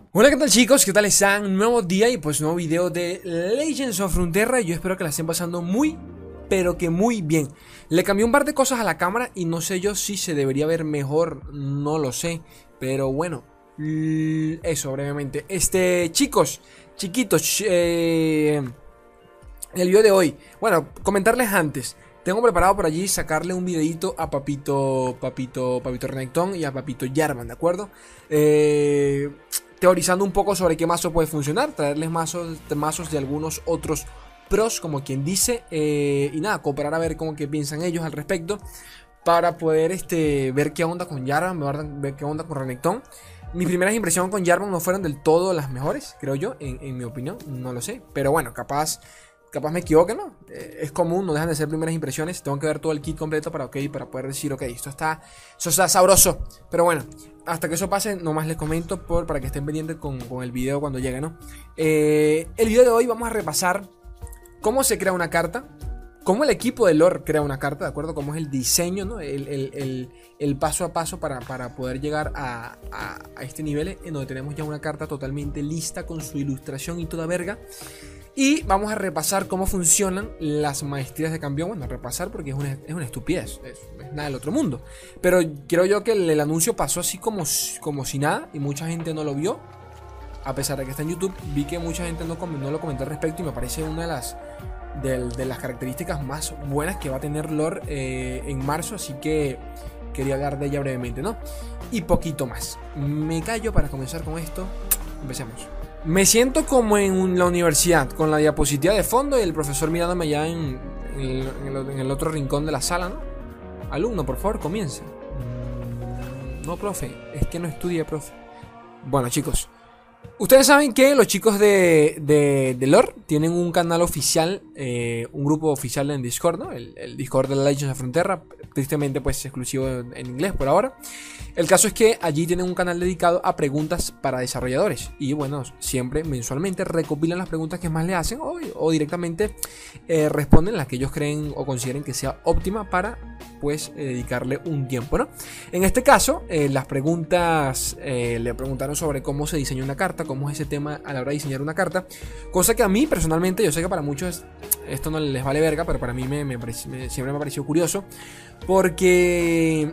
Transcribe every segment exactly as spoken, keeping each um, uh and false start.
Hola, ¿qué tal, chicos? ¿Qué tal están? Un nuevo día y pues nuevo video de Legends of Frontera. Yo espero que la estén pasando muy, pero que muy bien. Le cambié un par de cosas a la cámara y no sé yo si se debería ver mejor, no lo sé. Pero bueno, eso brevemente. Este, chicos, chiquitos, eh, el video de hoy. Bueno, comentarles antes. Tengo preparado por allí sacarle un videito a Papito, Papito, Papito Renekton y a Papito Jarvan, ¿de acuerdo? Eh... Teorizando un poco sobre qué mazo puede funcionar, traerles mazos, mazos de algunos otros pros, como quien dice, eh, y nada, cooperar a ver cómo que piensan ellos al respecto, para poder este, ver qué onda con Jarvan, ver qué onda con Renekton. Mis primeras impresiones con Jarvan no fueron del todo las mejores, creo yo, en, en mi opinión, no lo sé, pero bueno, capaz... Capaz me equivoque, ¿no? Eh, es común, no dejan de ser primeras impresiones. Tengo que ver todo el kit completo para, okay, para poder decir, ok, esto está, esto está sabroso. Pero bueno, hasta que eso pase, nomás les comento por, para que estén pendientes con, con el video cuando llegue, ¿no? Eh, el video de hoy vamos a repasar cómo se crea una carta, cómo el equipo de lore crea una carta, ¿de acuerdo? Cómo es el diseño, ¿no? El, el, el, el paso a paso para, para poder llegar a, a, a este nivel en donde tenemos ya una carta totalmente lista con su ilustración y toda verga. Y vamos a repasar cómo funcionan las maestrías de campeón. Bueno, repasar porque es una, es una estupidez, es, es nada del otro mundo. Pero creo yo que el, el anuncio pasó así como, como si nada y mucha gente no lo vio. A pesar de que está en YouTube, vi que mucha gente no, no lo comentó al respecto y me parece una de las, de, de las características más buenas que va a tener lore eh, en marzo. Así que quería hablar de ella brevemente, ¿no? Y poquito más. Me callo para comenzar con esto. Empecemos. Me siento como en la universidad, con la diapositiva de fondo y el profesor mirándome allá en, en, el, en, el, en el otro rincón de la sala, ¿no? Alumno, por favor, comience. No, profe, es que no estudia, profe. Bueno, chicos, ustedes saben que los chicos de, de, de lore tienen un canal oficial, eh, un grupo oficial en Discord, ¿no? El, el Discord de la Legends of Frontera, tristemente pues exclusivo en, en inglés por ahora. El caso es que allí tienen un canal dedicado a preguntas para desarrolladores. Y bueno, siempre mensualmente recopilan las preguntas que más le hacen o, o directamente eh, responden las que ellos creen o consideren que sea óptima para pues eh, dedicarle un tiempo, ¿no? En este caso, eh, las preguntas eh, le preguntaron sobre cómo se diseña una carta, cómo es ese tema a la hora de diseñar una carta. Cosa que a mí personalmente, yo sé que para muchos esto no les vale verga, pero para mí me, me, me, siempre me ha parecido curioso. Porque...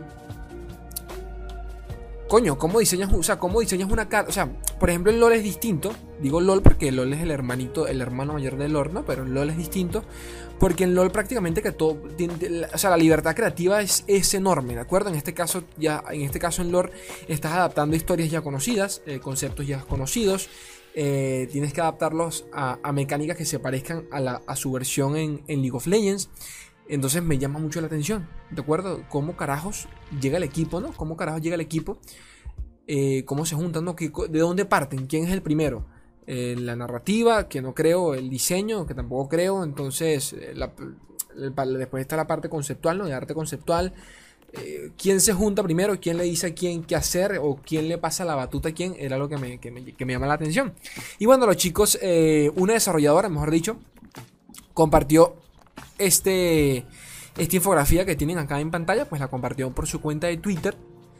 Coño, ¿cómo diseñas, o sea, ¿cómo diseñas una carta? O sea, por ejemplo, el LoL es distinto. Digo LoL porque LoL es el hermanito, el hermano mayor del lore, ¿no? Pero el LoL es distinto porque en LoL prácticamente que todo, o sea, la libertad creativa es, es enorme, ¿de acuerdo? En este caso, ya, en este caso en lore estás adaptando historias ya conocidas, eh, conceptos ya conocidos. Eh, tienes que adaptarlos a, a mecánicas que se parezcan a, la, a su versión en, en League of Legends. Entonces me llama mucho la atención, ¿de acuerdo? ¿Cómo carajos llega el equipo, no? ¿Cómo carajos llega el equipo? Eh, ¿Cómo se juntan, no? ¿De dónde parten? ¿Quién es el primero? Eh, la narrativa, que no creo. El diseño, que tampoco creo. Entonces, la, la, después está la parte conceptual, ¿no? De arte conceptual. Eh, ¿Quién se junta primero? ¿Quién le dice a quién qué hacer? ¿O quién le pasa la batuta a quién? Era lo que me, que me, que me llama la atención. Y bueno, los chicos, eh, una desarrolladora, mejor dicho, compartió Este, esta infografía que tienen acá en pantalla, pues la compartió por su cuenta de Twitter.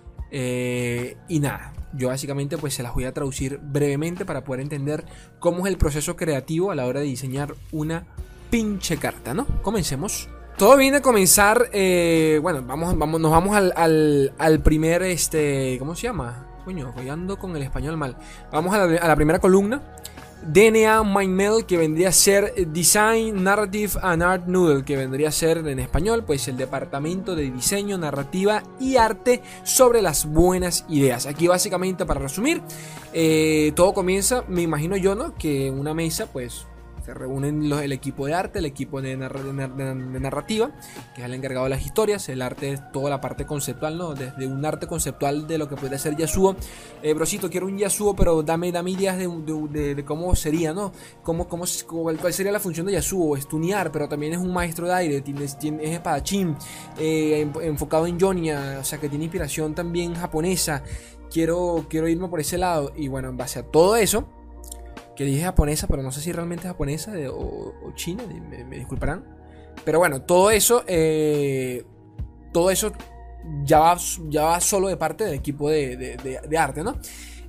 Eh, y nada, yo básicamente pues se las voy a traducir brevemente para poder entender cómo es el proceso creativo a la hora de diseñar una pinche carta, ¿no? Comencemos. Todo viene a comenzar, eh, bueno, vamos, vamos, nos vamos al, al, al primer, este, ¿cómo se llama? Coño, voy ando con el español mal. Vamos a la, a la primera columna. D N A MindMeld, que vendría a ser Design, Narrative and Art Noodle, que vendría a ser en español pues el departamento de diseño, narrativa y arte sobre las buenas ideas. Aquí básicamente, para resumir, eh, todo comienza, me imagino yo, ¿no? Que en una mesa pues se reúnen los, el equipo de arte, el equipo de, narra, de, de, de narrativa, que es el encargado de las historias. El arte es toda la parte conceptual, ¿no? Desde un arte conceptual de lo que puede ser Yasuo. Eh, brocito, quiero un Yasuo, pero dame, dame ideas de, de, de, de cómo sería, ¿no? Cómo, cómo, cuál sería la función de Yasuo. Estunear, pero también es un maestro de aire, tiene, tiene, es espadachín, eh, enfocado en Jonia, o sea que tiene inspiración también japonesa. Quiero, quiero irme por ese lado. Y bueno, en base a todo eso, que dije japonesa, pero no sé si realmente es japonesa de, o, o china, me, me disculparán. Pero bueno, todo eso, eh, todo eso ya va, ya va solo de parte del equipo de, de, de, de arte, ¿no?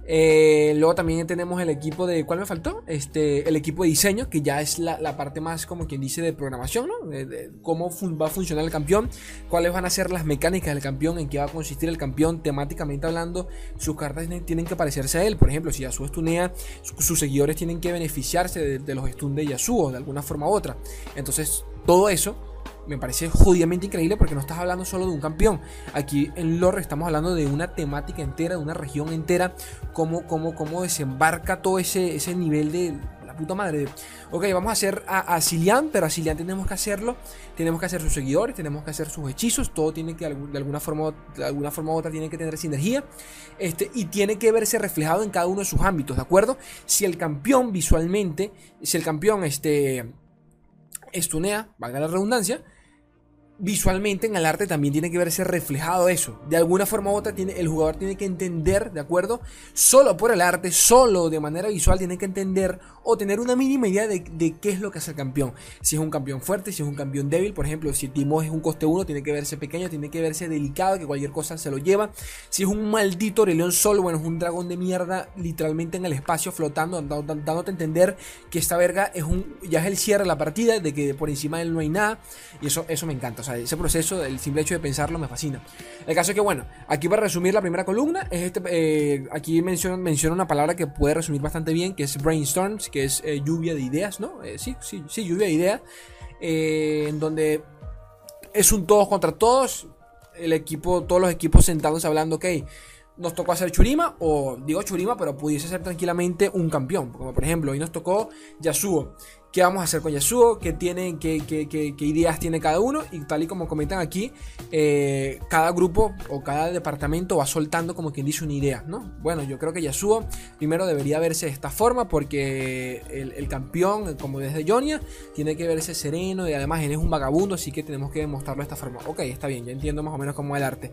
Eh, luego también tenemos el equipo de... ¿Cuál me faltó? Este, el equipo de diseño, que ya es la, la parte más, como quien dice, de programación, ¿no? De, de cómo fun, va a funcionar el campeón, cuáles van a ser las mecánicas del campeón, en qué va a consistir el campeón, temáticamente hablando, sus cartas tienen que parecerse a él. Por ejemplo, si Yasuo stunea, sus seguidores tienen que beneficiarse de, de los stuns de Yasuo, de alguna forma u otra. Entonces, todo eso me parece jodidamente increíble, porque no estás hablando solo de un campeón. Aquí en lore estamos hablando de una temática entera, de una región entera, cómo, cómo, cómo desembarca todo ese, ese nivel de la puta madre. Ok, vamos a hacer a, a Zilean, pero a Zilean tenemos que hacerlo, tenemos que hacer sus seguidores, tenemos que hacer sus hechizos, todo tiene que de alguna forma, de alguna forma u otra tiene que tener sinergia, este, y tiene que verse reflejado en cada uno de sus ámbitos, ¿de acuerdo? Si el campeón visualmente, si el campeón este, estunea, valga la redundancia, visualmente en el arte también tiene que verse reflejado eso. De alguna forma u otra tiene, el jugador tiene que entender, ¿de acuerdo? Solo por el arte, solo de manera visual tiene que entender o tener una mínima idea de, de qué es lo que hace el campeón. Si es un campeón fuerte, si es un campeón débil. Por ejemplo, si Timo es un coste uno, tiene que verse pequeño, tiene que verse delicado, que cualquier cosa se lo lleva. Si es un maldito Aurelion Sol, bueno, es un dragón de mierda literalmente en el espacio flotando, dándote a entender que esta verga es un, ya es el cierre de la partida, de que por encima de él no hay nada. Y eso, eso me encanta. O sea, ese proceso, el simple hecho de pensarlo me fascina. El caso es que, bueno, aquí para resumir la primera columna, es este, eh, aquí menciona, menciona una palabra que puede resumir bastante bien, que es brainstorms, que es eh, lluvia de ideas, ¿no? Eh, sí, sí, sí, lluvia de ideas, eh, en donde es un todos contra todos, el equipo, todos los equipos sentados hablando, ok, nos tocó hacer Churima, o digo Churima, pero pudiese ser tranquilamente un campeón, como por ejemplo, hoy nos tocó Yasuo. ¿Qué vamos a hacer con Yasuo? ¿Qué, tienen, qué, qué, qué, qué ideas tiene cada uno? Y tal y como comentan aquí, eh, cada grupo o cada departamento va soltando, como quien dice, una idea, ¿no? Bueno, yo creo que Yasuo primero debería verse de esta forma, porque el, el campeón, como desde Jonia, tiene que verse sereno, y además él es un vagabundo, así que tenemos que demostrarlo de esta forma. Ok, está bien, ya entiendo más o menos cómo es el arte.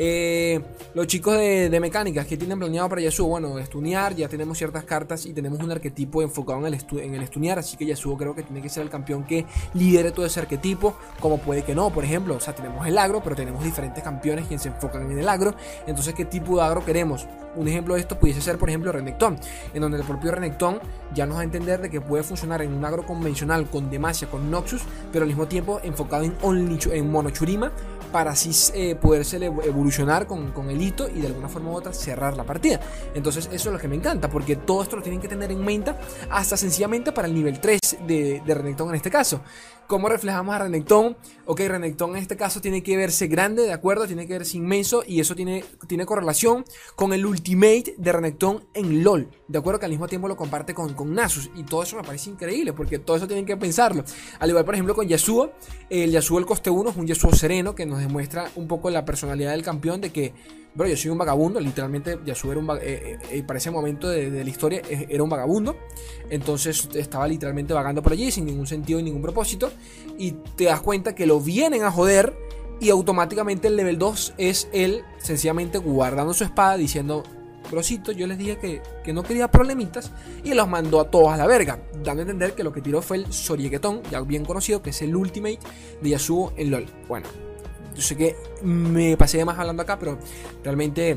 Eh, los chicos de, de mecánicas, ¿qué tienen planeado para Yasuo? Bueno, stunear, ya tenemos ciertas cartas y tenemos un arquetipo enfocado en el, estu en el stunear, así que Yasuo creo que tiene que ser el campeón que lidere todo ese arquetipo, como puede que no, por ejemplo, o sea, tenemos el agro, pero tenemos diferentes campeones que se enfocan en el agro. Entonces, ¿qué tipo de agro queremos? Un ejemplo de esto pudiese ser, por ejemplo, Renekton, en donde el propio Renekton ya nos da a entender de que puede funcionar en un agro convencional con Demacia, con Noxus, pero al mismo tiempo enfocado en, only, en Mono Churima, para así eh, poderse evolucionar con, con el hito y de alguna forma u otra cerrar la partida. Entonces eso es lo que me encanta, porque todo esto lo tienen que tener en mente hasta sencillamente para el nivel tres de, de Renekton en este caso. ¿Cómo reflejamos a Renekton? Ok, Renekton en este caso tiene que verse grande, ¿de acuerdo? Tiene que verse inmenso, y eso tiene, tiene correlación con el ultimate de Renekton en LoL, ¿de acuerdo? Que al mismo tiempo lo comparte con, con Nasus, y todo eso me parece increíble, porque todo eso tienen que pensarlo. Al igual, por ejemplo, con Yasuo, el Yasuo el coste uno es un Yasuo sereno, que nos demuestra un poco la personalidad del campeón, de que, bro, yo soy un vagabundo, literalmente Yasuo era un vagabundo, eh, eh, para ese momento de, de la historia eh, era un vagabundo, entonces estaba literalmente vagando por allí sin ningún sentido y ningún propósito, y te das cuenta que lo vienen a joder, y automáticamente el level dos es él sencillamente guardando su espada diciendo: brocito, yo les dije que, que no quería problemitas, y los mandó a todos a la verga, dando a entender que lo que tiró fue el Sorieguetón, ya bien conocido, que es el ultimate de Yasuo en LoL. Bueno, yo sé que me pasé de más hablando acá, pero realmente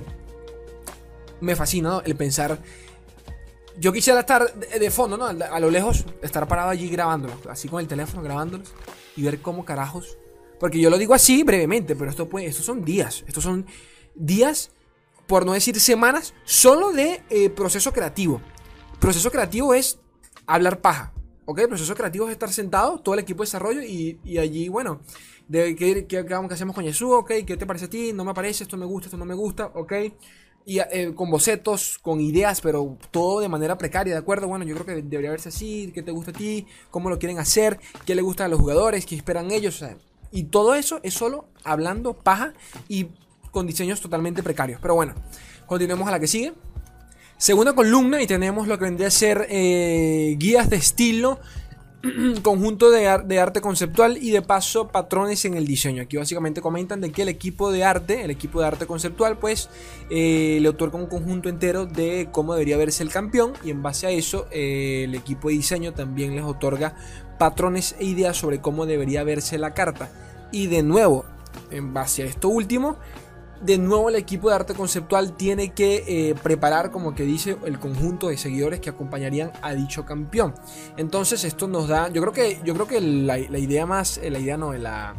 me fascina, ¿no?, el pensar. Yo quisiera estar de, de fondo, ¿no?, a lo lejos, estar parado allí grabándolos, así con el teléfono grabándolos, y ver cómo carajos. Porque yo lo digo así brevemente, pero esto, puede, estos son días, estos son días, por no decir semanas, solo de eh, proceso creativo. Proceso creativo es hablar paja, ¿ok? Proceso creativo es estar sentado, todo el equipo de desarrollo, y, y allí, bueno, de qué, qué, qué hacemos con Yasuo, ¿ok? ¿Qué te parece a ti? No me parece, esto me gusta, esto no me gusta, ¿ok? Y eh, con bocetos, con ideas, pero todo de manera precaria, ¿de acuerdo? Bueno, yo creo que debería verse así, qué te gusta a ti, cómo lo quieren hacer, qué le gusta a los jugadores, qué esperan ellos, o sea, y todo eso es solo hablando paja y con diseños totalmente precarios. Pero bueno, continuemos a la que sigue. Segunda columna, y tenemos lo que vendría a ser eh, guías de estilo, conjunto de, ar de arte conceptual, y de paso patrones en el diseño. Aquí básicamente comentan de que el equipo de arte, el equipo de arte conceptual, pues eh, le otorga un conjunto entero de cómo debería verse el campeón, y en base a eso eh, el equipo de diseño también les otorga patrones e ideas sobre cómo debería verse la carta. Y de nuevo, en base a esto último, de nuevo el equipo de arte conceptual tiene que eh, preparar, como que dice, el conjunto de seguidores que acompañarían a dicho campeón. Entonces esto nos da, yo creo que, yo creo que la, la idea más, la idea no, la,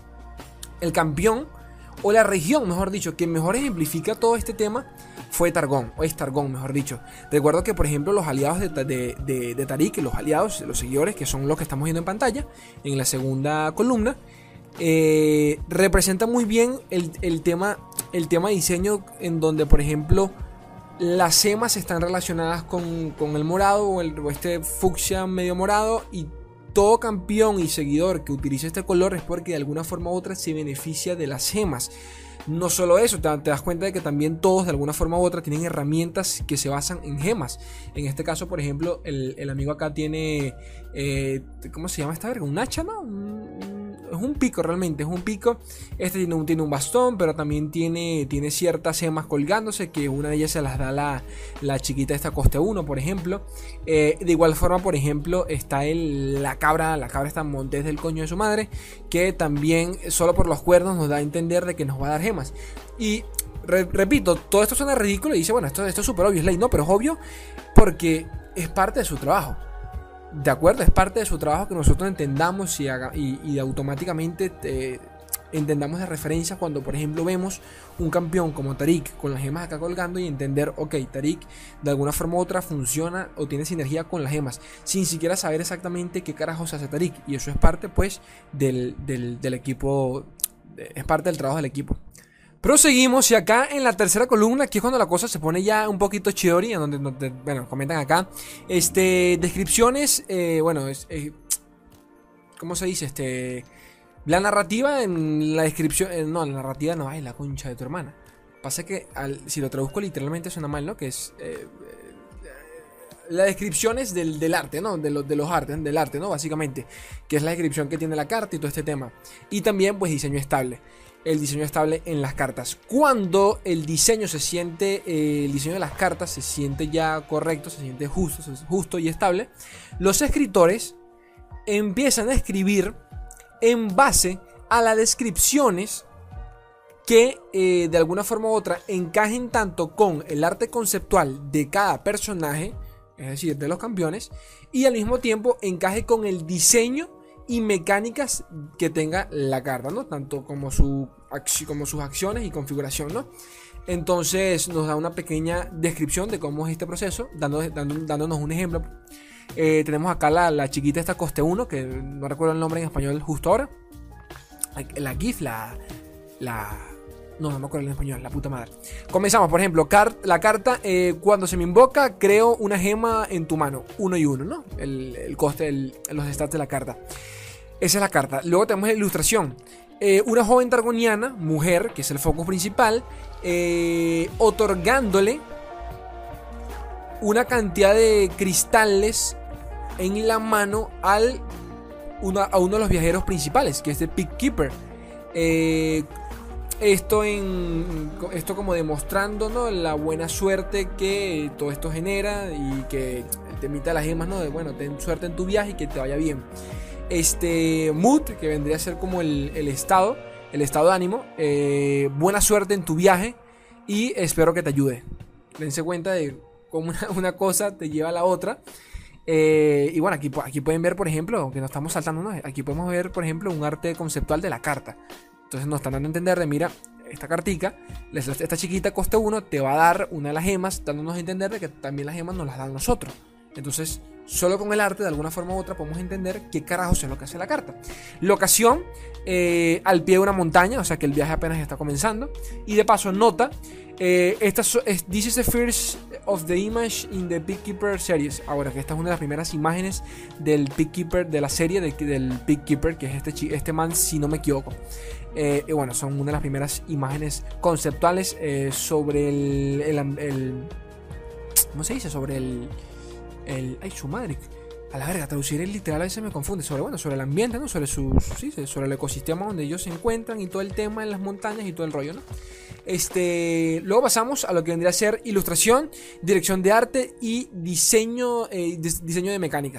el campeón o la región, mejor dicho, que mejor ejemplifica todo este tema fue Targon, o es Targon, mejor dicho. Recuerdo que, por ejemplo, los aliados de, de, de, de Tariq, los aliados, los seguidores, que son los que estamos viendo en pantalla, en la segunda columna, Eh, representa muy bien el, el, tema, el tema de diseño, en donde, por ejemplo, las gemas están relacionadas con, con el morado o, el, o este fucsia medio morado, y todo campeón y seguidor que utilice este color es porque de alguna forma u otra se beneficia de las gemas. No solo eso, te, te das cuenta de que también todos de alguna forma u otra tienen herramientas que se basan en gemas. En este caso, por ejemplo, el, el amigo acá tiene, eh, ¿cómo se llama esta verga? ¿Un hacha, no? Un, es un pico realmente, es un pico. Este tiene un, tiene un bastón, pero también tiene, tiene ciertas gemas colgándose, que una de ellas se las da la, la chiquita esta coste uno, por ejemplo. Eh, de igual forma, por ejemplo, está el, la cabra, la cabra está montés del coño de su madre, que también solo por los cuernos nos da a entender de que nos va a dar gemas. Y re, repito, todo esto suena ridículo y dice, bueno, esto, esto es súper obvio, es ley. No, pero es obvio porque es parte de su trabajo. De acuerdo, es parte de su trabajo que nosotros entendamos y, haga, y, y automáticamente eh, entendamos de referencia cuando, por ejemplo, vemos un campeón como Tariq con las gemas acá colgando, y entender, ok, Tariq de alguna forma u otra funciona o tiene sinergia con las gemas, sin siquiera saber exactamente qué carajos hace Tariq. Y eso es parte, pues, del, del, del equipo, es parte del trabajo del equipo. Proseguimos, y acá en la tercera columna, aquí es cuando la cosa se pone ya un poquito chiori, en donde, donde bueno, comentan acá, este, descripciones, eh, bueno, es, eh, ¿cómo se dice? Este, la narrativa en la descripción, eh, no, la narrativa no, ay, la concha de tu hermana. Pasa que, al, si lo traduzco literalmente suena mal, ¿no? Que es, eh, la descripción es del, del arte, ¿no? De, lo, de los artes, del arte, ¿no? Básicamente, que es la descripción que tiene la carta y todo este tema. Y también, pues, diseño estable. El diseño estable en las cartas. Cuando el diseño se siente, eh, el diseño de las cartas se siente ya correcto, se siente justo, justo y estable, los escritores empiezan a escribir en base a las descripciones que eh, de alguna forma u otra encajen tanto con el arte conceptual de cada personaje, es decir, de los campeones, y al mismo tiempo encaje con el diseño y mecánicas que tenga la carta, ¿no? Tanto como, su, como sus acciones y configuración, ¿no? Entonces nos da una pequeña descripción de cómo es este proceso, dando, dando, dándonos un ejemplo. Eh, tenemos acá la, la chiquita esta coste uno, que no recuerdo el nombre en español justo ahora. La GIF, la... la no, no me acuerdo en español, la puta madre. Comenzamos, por ejemplo, car la carta, eh, cuando se me invoca, creo una gema en tu mano, uno y uno, ¿no? El, el coste, el, los stats de la carta. Esa es la carta. Luego tenemos la ilustración. Eh, una joven targoniana, mujer, que es el foco principal, eh, otorgándole una cantidad de cristales en la mano al, una, a uno de los viajeros principales, que es el Pig Keeper. Eh... Esto, en, esto como demostrando, ¿no?, la buena suerte que todo esto genera, y que el temita de las gemas, ¿no?, de bueno, ten suerte en tu viaje y que te vaya bien. Este mood, que vendría a ser como el, el estado, el estado de ánimo, eh, buena suerte en tu viaje y espero que te ayude. Dense cuenta de cómo una, una cosa te lleva a la otra. Eh, y bueno, aquí, aquí pueden ver, por ejemplo, aunque nos estamos saltando, ¿no?, aquí podemos ver, por ejemplo, un arte conceptual de la carta. Entonces nos están dando a entender de, mira, esta cartica, esta chiquita coste uno, te va a dar una de las gemas, dándonos a entender de que también las gemas nos las dan nosotros. Entonces, solo con el arte, de alguna forma u otra, podemos entender qué carajos es lo que hace la carta. Locación, eh, al pie de una montaña, o sea que el viaje apenas está comenzando. Y de paso, nota, eh, esta es, this is the first of the image in the Pig Keeper series. Ahora, que esta es una de las primeras imágenes del Pig Keeper, de la serie de, del Pig Keeper, que es este, este man, si no me equivoco. Eh, y bueno, son una de las primeras imágenes conceptuales eh, sobre el, el, el... ¿Cómo se dice? Sobre el... el ay, su madre. A la verga, traducir el literal a veces me confunde. Sobre, bueno, sobre el ambiente, ¿no? Sobre, su, sí, sobre el ecosistema donde ellos se encuentran y todo el tema en las montañas y todo el rollo, ¿no? Este, luego pasamos a lo que vendría a ser ilustración, dirección de arte y diseño, eh, diseño de mecánicas.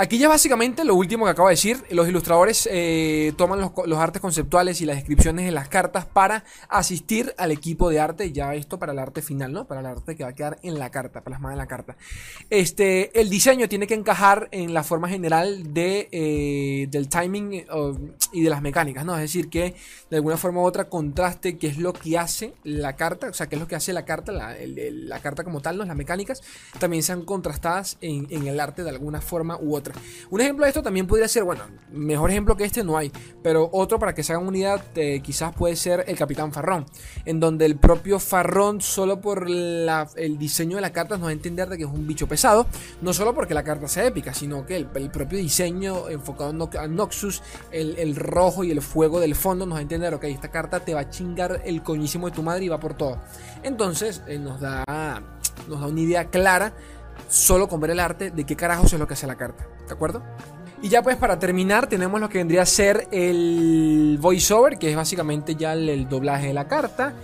Aquí ya básicamente lo último que acabo de decir, los ilustradores eh, toman los, los artes conceptuales y las descripciones de las cartas para asistir al equipo de arte, ya esto para el arte final, ¿no? Para el arte que va a quedar en la carta, plasmada en la carta. Este, el diseño tiene que encajar en la forma general de, eh, del timing uh, y de las mecánicas, ¿no? Es decir, que de alguna forma u otra contraste qué es lo que hace la carta, o sea, qué es lo que hace la carta, la, el, el, la carta como tal, ¿no? Las mecánicas también sean contrastadas en, en el arte de alguna forma u otra. Un ejemplo de esto también podría ser, bueno, mejor ejemplo que este no hay, pero otro para que se hagan una idea eh, quizás puede ser el Capitán Farrón, en donde el propio Farrón solo por la, el diseño de la carta nos va a entender de que es un bicho pesado, no solo porque la carta sea épica, sino que el, el propio diseño enfocado en Noxus, el, el rojo y el fuego del fondo nos va a entender, ok, esta carta te va a chingar el coñísimo de tu madre y va por todo. Entonces eh, nos da, nos da una idea clara solo con ver el arte de qué carajos es lo que hace la carta, ¿de acuerdo? Y ya pues para terminar tenemos lo que vendría a ser el voiceover, que es básicamente ya el, el doblaje de la carta,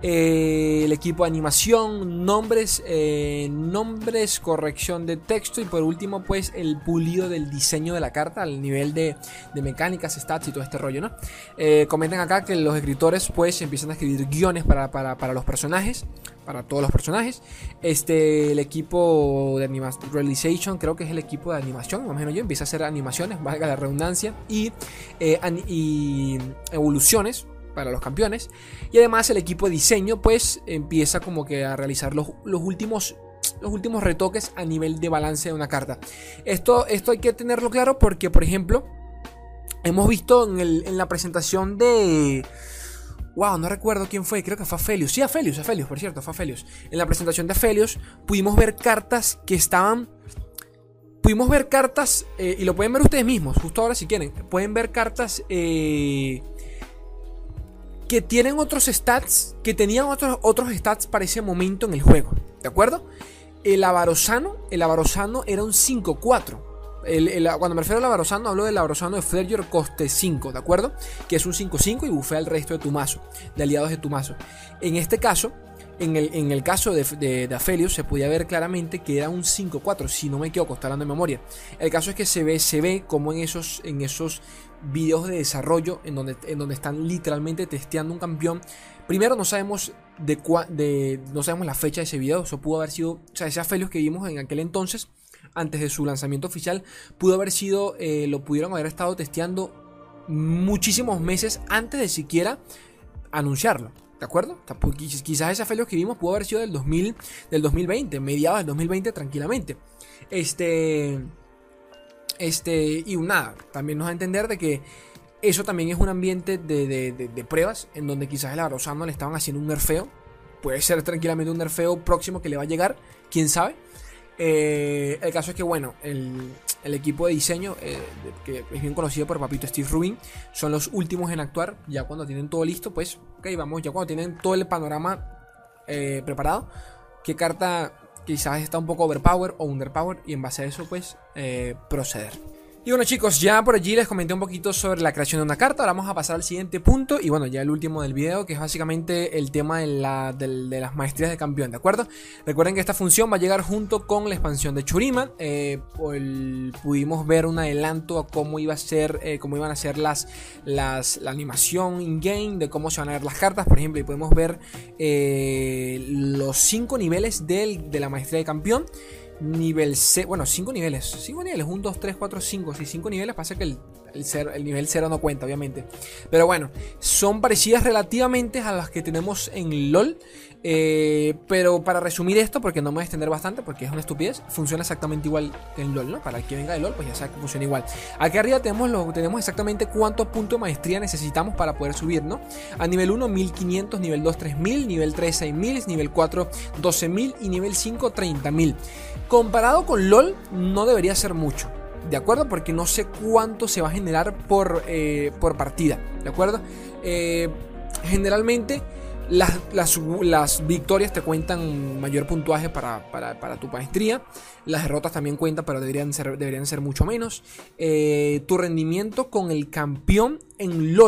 eh, el equipo de animación, nombres, eh, nombres, corrección de texto y por último pues el pulido del diseño de la carta al nivel de, de mecánicas, stats y todo este rollo, ¿no? Eh, comenten acá que los escritores pues empiezan a escribir guiones para, para, para los personajes, para todos los personajes. Este, el equipo de animación, realization, creo que es el equipo de animación, me imagino yo, empieza a hacer animaciones, valga la redundancia, y, eh, y evoluciones para los campeones. Y además el equipo de diseño pues empieza como que a realizar los, los últimos los últimos retoques a nivel de balance de una carta. Esto, esto hay que tenerlo claro porque, por ejemplo, hemos visto en, el, en la presentación de... Wow, no recuerdo quién fue, creo que fue Aphelios. Sí, Aphelios, Aphelios, por cierto, fue Aphelios. En la presentación de Aphelios pudimos ver cartas que estaban... Pudimos ver cartas, eh, y lo pueden ver ustedes mismos, justo ahora si quieren. Pueden ver cartas eh, que tienen otros stats, que tenían otros, otros stats para ese momento en el juego, ¿de acuerdo? El Avarosano, el Avarosano era un cinco cuatro. El, el, cuando me refiero al Avarosano, hablo del Avarosano de Fledger coste cinco, ¿de acuerdo? Que es un cinco cinco y bufea el resto de tu mazo, de aliados de tu mazo. En este caso, en el, en el caso de, de, de Aphelios, se podía ver claramente que era un cinco cuatro, si no me equivoco, está hablando de memoria. El caso es que se ve, se ve como en esos, en esos videos de desarrollo, en donde, en donde están literalmente testeando un campeón. Primero no sabemos de, cua, de no sabemos la fecha de ese video, eso pudo haber sido, o sea, ese Aphelios que vimos en aquel entonces, antes de su lanzamiento oficial, pudo haber sido, eh, lo pudieron haber estado testeando muchísimos meses antes de siquiera anunciarlo, ¿de acuerdo? Quizás ese Aphelios que vimos pudo haber sido del, dos mil, del dos mil veinte, mediados del dos mil veinte tranquilamente. Este, este, y nada, también nos da a entender de que eso también es un ambiente de, de, de, de pruebas, en donde quizás el Avarosano le estaban haciendo un nerfeo. Puede ser tranquilamente un nerfeo próximo que le va a llegar, quién sabe. Eh, el caso es que, bueno, el, el equipo de diseño, eh, que es bien conocido por papito Steve Rubin, son los últimos en actuar. Ya cuando tienen todo listo, pues, ok, vamos, ya cuando tienen todo el panorama eh, preparado, qué carta quizás está un poco overpower o underpower, y en base a eso, pues, eh, proceder. Y bueno, chicos, ya por allí les comenté un poquito sobre la creación de una carta. Ahora vamos a pasar al siguiente punto y bueno, ya el último del video, que es básicamente el tema de, la, de, de las maestrías de campeón, ¿de acuerdo? Recuerden que esta función va a llegar junto con la expansión de Shuriman. eh, el, Pudimos ver un adelanto a cómo iba a ser, eh, cómo iban a ser las, las, la animación in-game, de cómo se van a ver las cartas, por ejemplo, y podemos ver eh, los cinco niveles del, de la maestría de campeón. Nivel C, bueno, cinco niveles, cinco niveles, uno, dos, tres, cuatro, cinco, sí, cinco niveles, pasa que el, el, cero, el nivel cero no cuenta, obviamente. Pero bueno, son parecidas relativamente a las que tenemos en LOL. Eh, pero para resumir esto, porque no me voy a extender bastante, porque es una estupidez, funciona exactamente igual que en LOL, ¿no? Para el que venga de LOL, pues ya sabe que funciona igual. Aquí arriba tenemos, lo, tenemos exactamente cuántos puntos de maestría necesitamos para poder subir, ¿no? A nivel uno, mil quinientos, nivel dos, tres mil, nivel tres, seis mil, nivel cuatro, doce mil y nivel cinco, treinta mil. Comparado con LOL, no debería ser mucho, ¿de acuerdo? Porque no sé cuánto se va a generar por, eh, por partida, ¿de acuerdo? Eh, generalmente las, las, las victorias te cuentan mayor puntuaje para, para, para tu maestría. Las derrotas también cuentan, pero deberían ser, deberían ser mucho menos. Eh, tu rendimiento con el campeón en LOL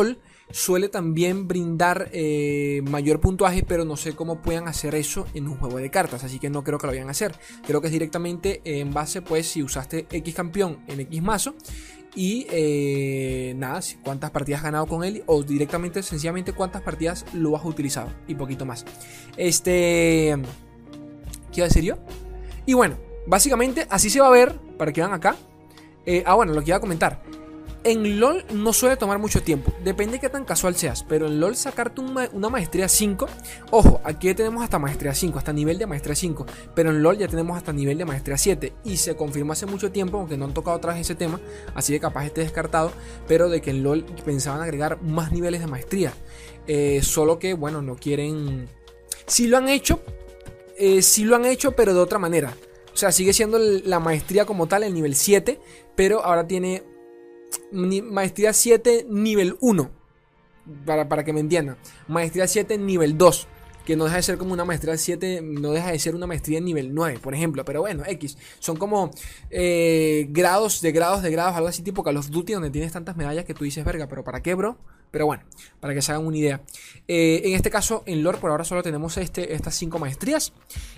suele también brindar eh, mayor puntuaje, pero no sé cómo puedan hacer eso en un juego de cartas, así que no creo que lo vayan a hacer. Creo que es directamente en base, pues, si usaste X campeón en X mazo y eh, nada, cuántas partidas has ganado con él, o directamente, sencillamente, cuántas partidas lo has utilizado y poquito más. Este, ¿qué iba a decir yo? Y bueno, básicamente así se va a ver, para que vean acá. Eh, ah, bueno, lo que iba a comentar. En LoL no suele tomar mucho tiempo, depende de qué tan casual seas, pero en LoL sacarte una, una maestría cinco, ojo, aquí ya tenemos hasta maestría cinco, hasta nivel de maestría cinco, pero en LoL ya tenemos hasta nivel de maestría siete, y se confirmó hace mucho tiempo, aunque no han tocado otra vez ese tema, así que capaz esté descartado, pero de que en LoL pensaban agregar más niveles de maestría, eh, solo que, bueno, no quieren... Sí lo han hecho, eh, sí lo han hecho, pero de otra manera, o sea, sigue siendo la maestría como tal, el nivel siete, pero ahora tiene... maestría siete nivel uno, para, para que me entiendan. Maestría siete nivel dos, que no deja de ser como una maestría siete, no deja de ser una maestría nivel nueve, por ejemplo. Pero bueno, X, son como eh, grados de grados de grados, algo así tipo Call of Duty, donde tienes tantas medallas que tú dices, verga, pero ¿para qué, bro? Pero bueno, para que se hagan una idea. eh, En este caso, en LoL por ahora solo tenemos este, estas cinco maestrías.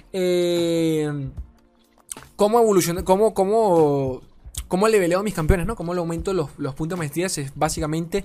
eh, ¿Cómo evoluciona? ¿Cómo, cómo ¿Cómo leveleo a mis campeones, no? ¿Cómo le aumento los, los puntos de maestría? Es básicamente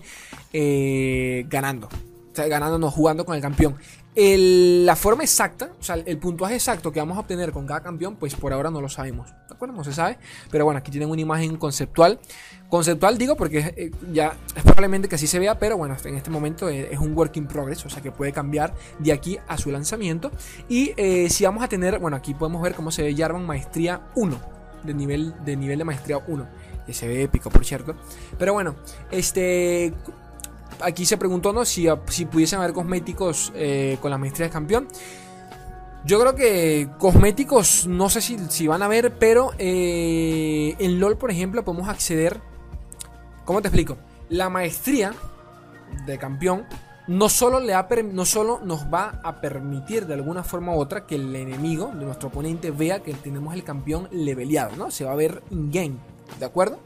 eh, ganando. O sea, ganando, no, jugando con el campeón. El, la forma exacta, o sea, el puntuaje exacto que vamos a obtener con cada campeón, pues por ahora no lo sabemos. ¿De acuerdo? No se sabe. Pero bueno, aquí tienen una imagen conceptual. Conceptual digo porque eh, ya es probablemente que así se vea, pero bueno, en este momento es, es un work in progress, o sea que puede cambiar de aquí a su lanzamiento. Y eh, si vamos a tener, bueno, aquí podemos ver cómo se ve Jarvan Maestría uno. De nivel, de nivel de maestría uno, que se ve épico, por cierto. Pero bueno, este aquí se preguntó, ¿no? Si, si pudiesen haber cosméticos eh, con la maestría de campeón. Yo creo que cosméticos no sé si, si van a haber, pero eh, en LoL, por ejemplo, podemos acceder. ¿Cómo te explico? La maestría de campeón no solo, le ha, no solo nos va a permitir de alguna forma u otra que el enemigo de nuestro oponente vea que tenemos el campeón leveleado, ¿no? Se va a ver in-game, ¿de acuerdo?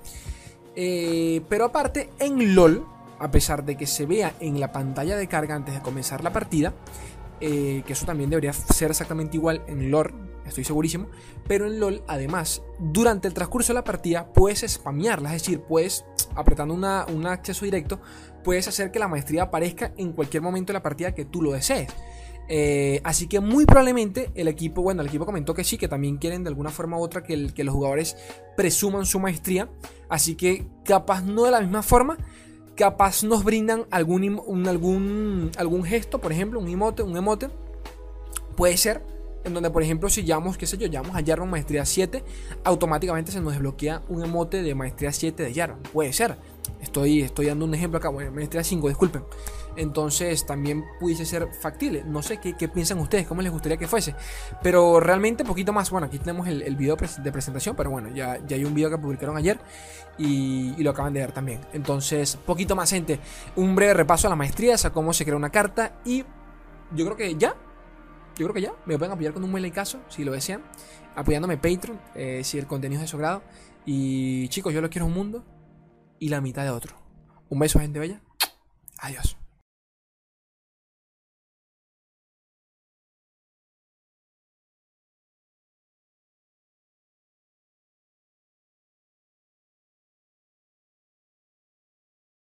Eh, pero aparte, en LoL, a pesar de que se vea en la pantalla de carga antes de comenzar la partida, eh, que eso también debería ser exactamente igual en LoL, estoy segurísimo, pero en LoL, además, durante el transcurso de la partida puedes spamearla, es decir, puedes, apretando una, un acceso directo, puedes hacer que la maestría aparezca en cualquier momento de la partida que tú lo desees. Eh, así que muy probablemente el equipo, bueno, el equipo comentó que sí, que también quieren de alguna forma u otra que, el, que los jugadores presuman su maestría. Así que capaz no de la misma forma, capaz nos brindan algún, un, algún, algún gesto, por ejemplo, un emote, un emote. Puede ser, en donde por ejemplo si llamamos, qué sé yo, llamamos a Jarvan maestría siete, automáticamente se nos desbloquea un emote de maestría siete de Jarvan. Puede ser. Estoy, estoy dando un ejemplo acá, bueno, maestría cinco, disculpen. Entonces también pudiese ser factible. No sé qué, qué piensan ustedes, cómo les gustaría que fuese. Pero realmente poquito más. Bueno, aquí tenemos el, el video de presentación, pero bueno, ya, ya hay un video que publicaron ayer y, y lo acaban de ver también. Entonces, poquito más, gente. Un breve repaso a las maestrías, a cómo se crea una carta. Y yo creo que ya. Yo creo que ya. Me pueden apoyar con un buen likeazo, si lo desean. Apoyándome en Patreon, eh, si el contenido es de su grado. Y chicos, yo los quiero un mundo y la mitad de otro. Un beso, gente bella. Adiós.